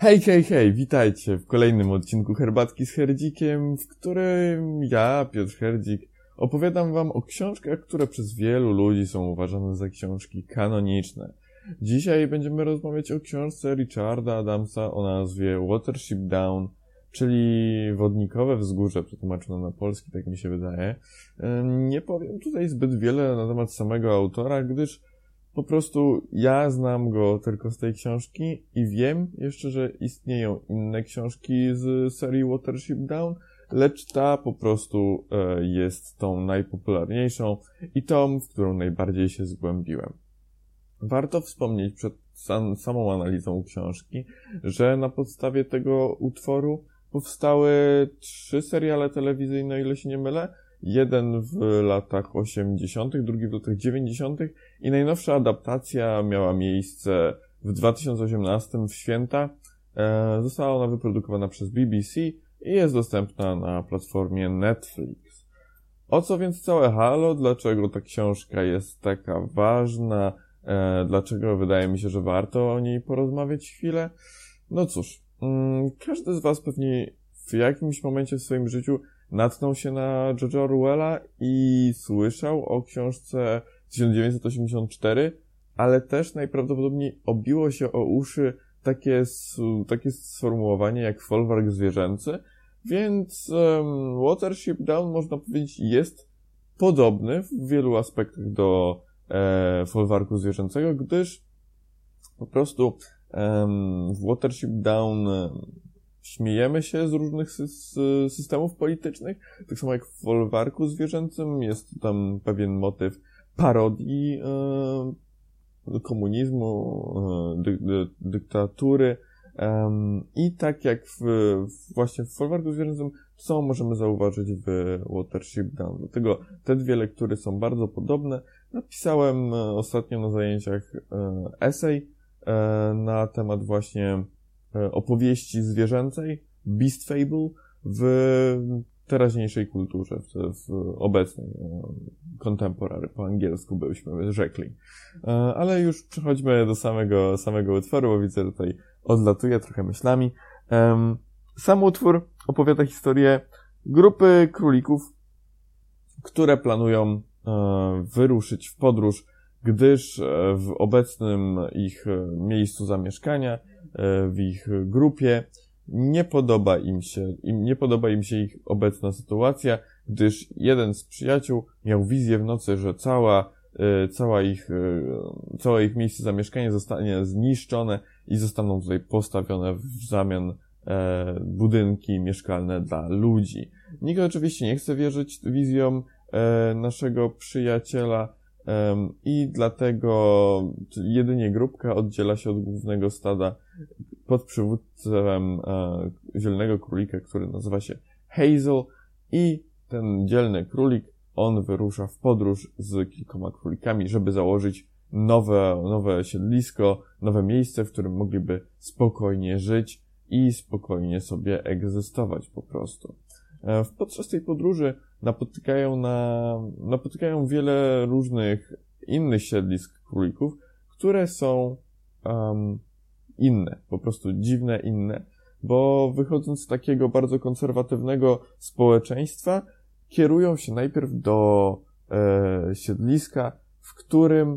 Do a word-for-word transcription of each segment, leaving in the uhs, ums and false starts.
Hej, hej, hej, witajcie w kolejnym odcinku Herbatki z Herdzikiem, w którym ja, Piotr Herdzik, opowiadam wam o książkach, które przez wielu ludzi są uważane za książki kanoniczne. Dzisiaj będziemy rozmawiać o książce Richarda Adamsa o nazwie Watership Down, czyli Wodnikowe Wzgórze, przetłumaczone na polski, tak mi się wydaje. Nie powiem tutaj zbyt wiele na temat samego autora, gdyż po prostu ja znam go tylko z tej książki i wiem jeszcze, że istnieją inne książki z serii Watership Down, lecz ta po prostu e, jest tą najpopularniejszą i tą, w którą najbardziej się zgłębiłem. Warto wspomnieć przed sam, samą analizą książki, że na podstawie tego utworu powstały trzy seriale telewizyjne, o ile się nie mylę. Jeden w latach osiemdziesiątych, drugi w latach dziewięćdziesiątych i najnowsza adaptacja miała miejsce w dwa tysiące osiemnastym w święta. E, została ona wyprodukowana przez B B C i jest dostępna na platformie Netflix. O co więc całe halo? Dlaczego ta książka jest taka ważna? E, dlaczego wydaje mi się, że warto o niej porozmawiać chwilę? No cóż, mm, każdy z was pewnie w jakimś momencie w swoim życiu natknął się na George'a Orwella i słyszał o książce tysiąc dziewięćset osiemdziesiąt cztery, ale też najprawdopodobniej obiło się o uszy takie, takie sformułowanie jak folwark zwierzęcy, więc um, Watership Down, można powiedzieć, jest podobny w wielu aspektach do e, folwarku zwierzęcego, gdyż po prostu um, w Watership Down śmiejemy się z różnych sy- systemów politycznych, tak samo jak w folwarku zwierzęcym jest tam pewien motyw parodii e, komunizmu, e, dy- dy- dyktatury e, i tak jak w, w, właśnie w folwarku zwierzęcym, to samo możemy zauważyć w Watership Down. Dlatego te dwie lektury są bardzo podobne. Napisałem e, ostatnio na zajęciach e, esej e, na temat właśnie opowieści zwierzęcej, Beast Fable, w teraźniejszej kulturze, w, w obecnej, contemporary, po angielsku byśmy rzekli. Ale już przechodźmy do samego, samego utworu, bo widzę, że tutaj odlatuję trochę myślami. Sam utwór opowiada historię grupy królików, które planują wyruszyć w podróż, gdyż w obecnym ich miejscu zamieszkania, w ich grupie nie podoba im się, im, nie podoba im się ich obecna sytuacja, gdyż jeden z przyjaciół miał wizję w nocy, że cała, cała ich, całe ich miejsce zamieszkania zostanie zniszczone i zostaną tutaj postawione w zamian e, budynki mieszkalne dla ludzi. Nikt oczywiście nie chce wierzyć wizjom e, naszego przyjaciela, Um, i dlatego jedynie grupka oddziela się od głównego stada pod przywództwem e, zielonego królika, który nazywa się Hazel, i ten dzielny królik, on wyrusza w podróż z kilkoma królikami, żeby założyć nowe, nowe siedlisko, nowe miejsce, w którym mogliby spokojnie żyć i spokojnie sobie egzystować po prostu. E, podczas tej podróży napotykają na, napotykają wiele różnych innych siedlisk królików, które są um, inne, po prostu dziwne, inne, bo wychodząc z takiego bardzo konserwatywnego społeczeństwa, kierują się najpierw do e, siedliska, w którym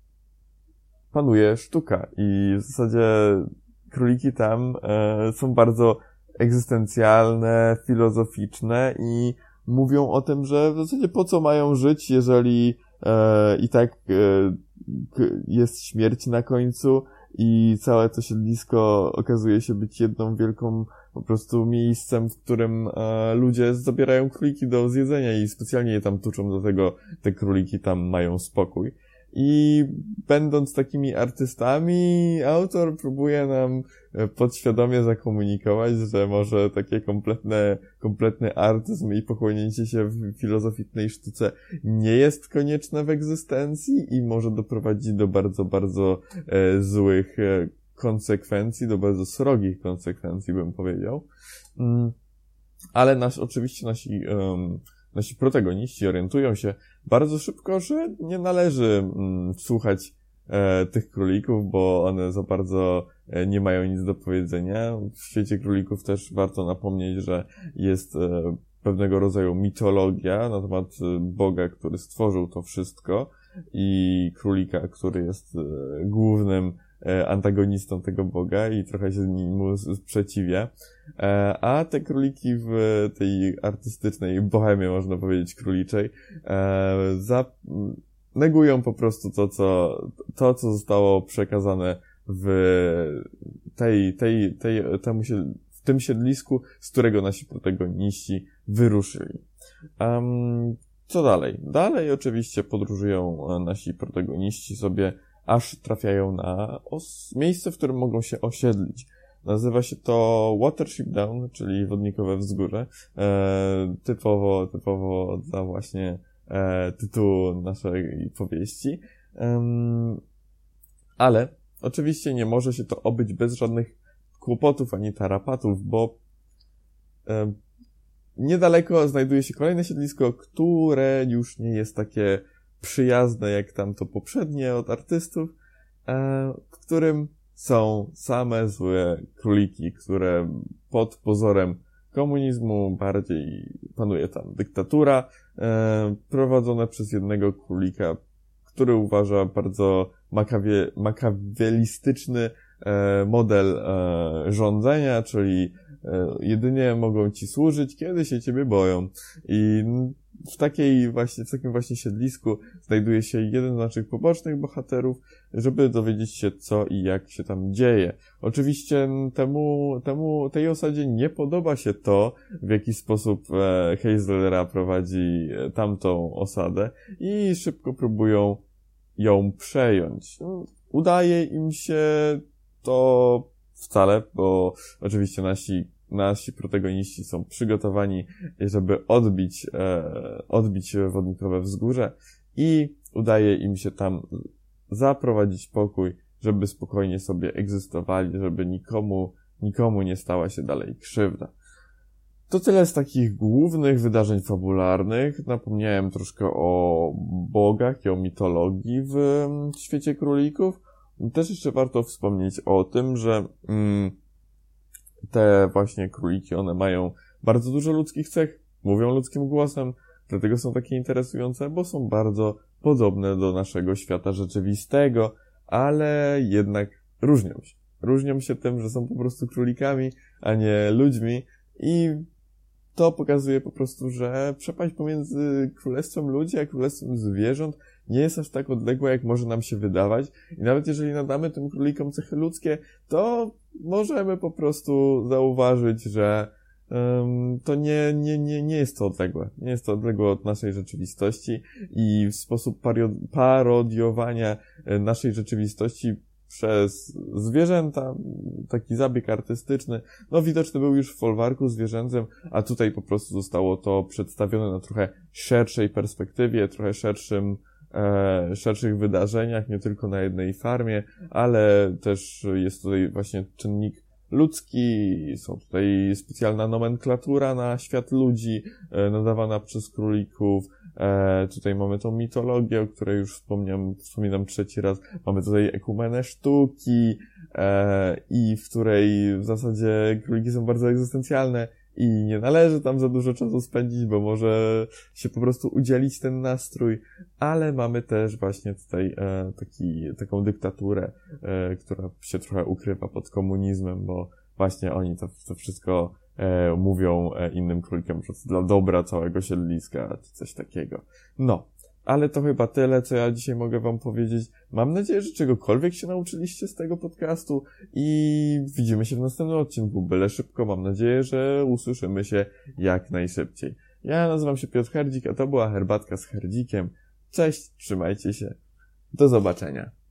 panuje sztuka i w zasadzie króliki tam e, są bardzo egzystencjalne, filozoficzne i mówią o tym, że w zasadzie po co mają żyć, jeżeli e, i tak e, k- jest śmierć na końcu i całe to siedlisko okazuje się być jedną wielką po prostu miejscem, w którym e, ludzie zabierają króliki do zjedzenia i specjalnie je tam tuczą, dlatego te króliki tam mają spokój. I będąc takimi artystami, autor próbuje nam podświadomie zakomunikować, że może takie kompletne, kompletny artyzm i pochłonięcie się w filozoficznej sztuce nie jest konieczne w egzystencji i może doprowadzić do bardzo, bardzo e, złych e, konsekwencji, do bardzo srogich konsekwencji, bym powiedział. Mm. Ale nasz, oczywiście nasi um, nasi protagoniści orientują się bardzo szybko, że nie należy mm, słuchać e, tych królików, bo one za bardzo nie mają nic do powiedzenia. W świecie królików też warto napomnieć, że jest pewnego rodzaju mitologia na temat Boga, który stworzył to wszystko i królika, który jest głównym antagonistą tego Boga i trochę się mu sprzeciwia. A te króliki w tej artystycznej bohemie, można powiedzieć, króliczej, za, negują po prostu to, co, to, co zostało przekazane w tej, tej, tej, temu się, w tym siedlisku, z którego nasi protagoniści wyruszyli. Um, co dalej? Dalej oczywiście podróżują nasi protagoniści sobie, aż trafiają na os- miejsce, w którym mogą się osiedlić. Nazywa się to Watership Down, czyli Wodnikowe Wzgórze. E, typowo, typowo za właśnie e, tytuł naszej powieści. Um, ale oczywiście nie może się to obyć bez żadnych kłopotów ani tarapatów, bo e, niedaleko znajduje się kolejne siedlisko, które już nie jest takie przyjazne jak tamto poprzednie od artystów, e, w którym są same złe króliki, które pod pozorem komunizmu bardziej panuje tam dyktatura, e, prowadzone przez jednego królika, który uważa bardzo makawie, makawielistyczny e, model e, rządzenia, czyli e, jedynie mogą ci służyć, kiedy się ciebie boją. I w takiej właśnie, w takim właśnie siedlisku znajduje się jeden z naszych pobocznych bohaterów, żeby dowiedzieć się, co i jak się tam dzieje. Oczywiście temu, temu, tej osadzie nie podoba się to, w jaki sposób e, Hazelera prowadzi tamtą osadę i szybko próbują ją przejąć. Udaje im się to wcale, bo oczywiście nasi Nasi protagoniści są przygotowani, żeby odbić, e, odbić Wodnikowe Wzgórze i udaje im się tam zaprowadzić pokój, żeby spokojnie sobie egzystowali, żeby nikomu, nikomu nie stała się dalej krzywda. To tyle z takich głównych wydarzeń fabularnych. Napomniałem troszkę o bogach i o mitologii w świecie królików. Też jeszcze warto wspomnieć o tym, że mm, te właśnie króliki, one mają bardzo dużo ludzkich cech, mówią ludzkim głosem, dlatego są takie interesujące, bo są bardzo podobne do naszego świata rzeczywistego, ale jednak różnią się. Różnią się tym, że są po prostu królikami, a nie ludźmi i to pokazuje po prostu, że przepaść pomiędzy królestwem ludzi a królestwem zwierząt nie jest aż tak odległa, jak może nam się wydawać. I nawet jeżeli nadamy tym królikom cechy ludzkie, to możemy po prostu zauważyć, że um, to nie, nie, nie, nie jest to odległe. Nie jest to odległe od naszej rzeczywistości i w sposób pario- parodiowania naszej rzeczywistości przez zwierzęta, taki zabieg artystyczny, no widoczny był już w folwarku zwierzęcym, a tutaj po prostu zostało to przedstawione na trochę szerszej perspektywie, trochę szerszym, e, szerszych wydarzeniach, nie tylko na jednej farmie, ale też jest tutaj właśnie czynnik ludzki, są tutaj specjalna nomenklatura na świat ludzi, e, nadawana przez królików. E, tutaj mamy tą mitologię, o której już wspomniałem, wspominam trzeci raz. Mamy tutaj ekumenę sztuki e, i w której w zasadzie króliki są bardzo egzystencjalne i nie należy tam za dużo czasu spędzić, bo może się po prostu udzielić ten nastrój, ale mamy też właśnie tutaj e, taki, taką dyktaturę, e, która się trochę ukrywa pod komunizmem, bo właśnie oni to, to wszystko E, mówią e, innym królikom, że dla dobra całego siedliska, czy coś takiego. No, ale to chyba tyle, co ja dzisiaj mogę wam powiedzieć. Mam nadzieję, że czegokolwiek się nauczyliście z tego podcastu i widzimy się w następnym odcinku. Byle szybko, mam nadzieję, że usłyszymy się jak najszybciej. Ja nazywam się Piotr Herdzik, a to była Herbatka z Herdzikiem. Cześć, trzymajcie się. Do zobaczenia.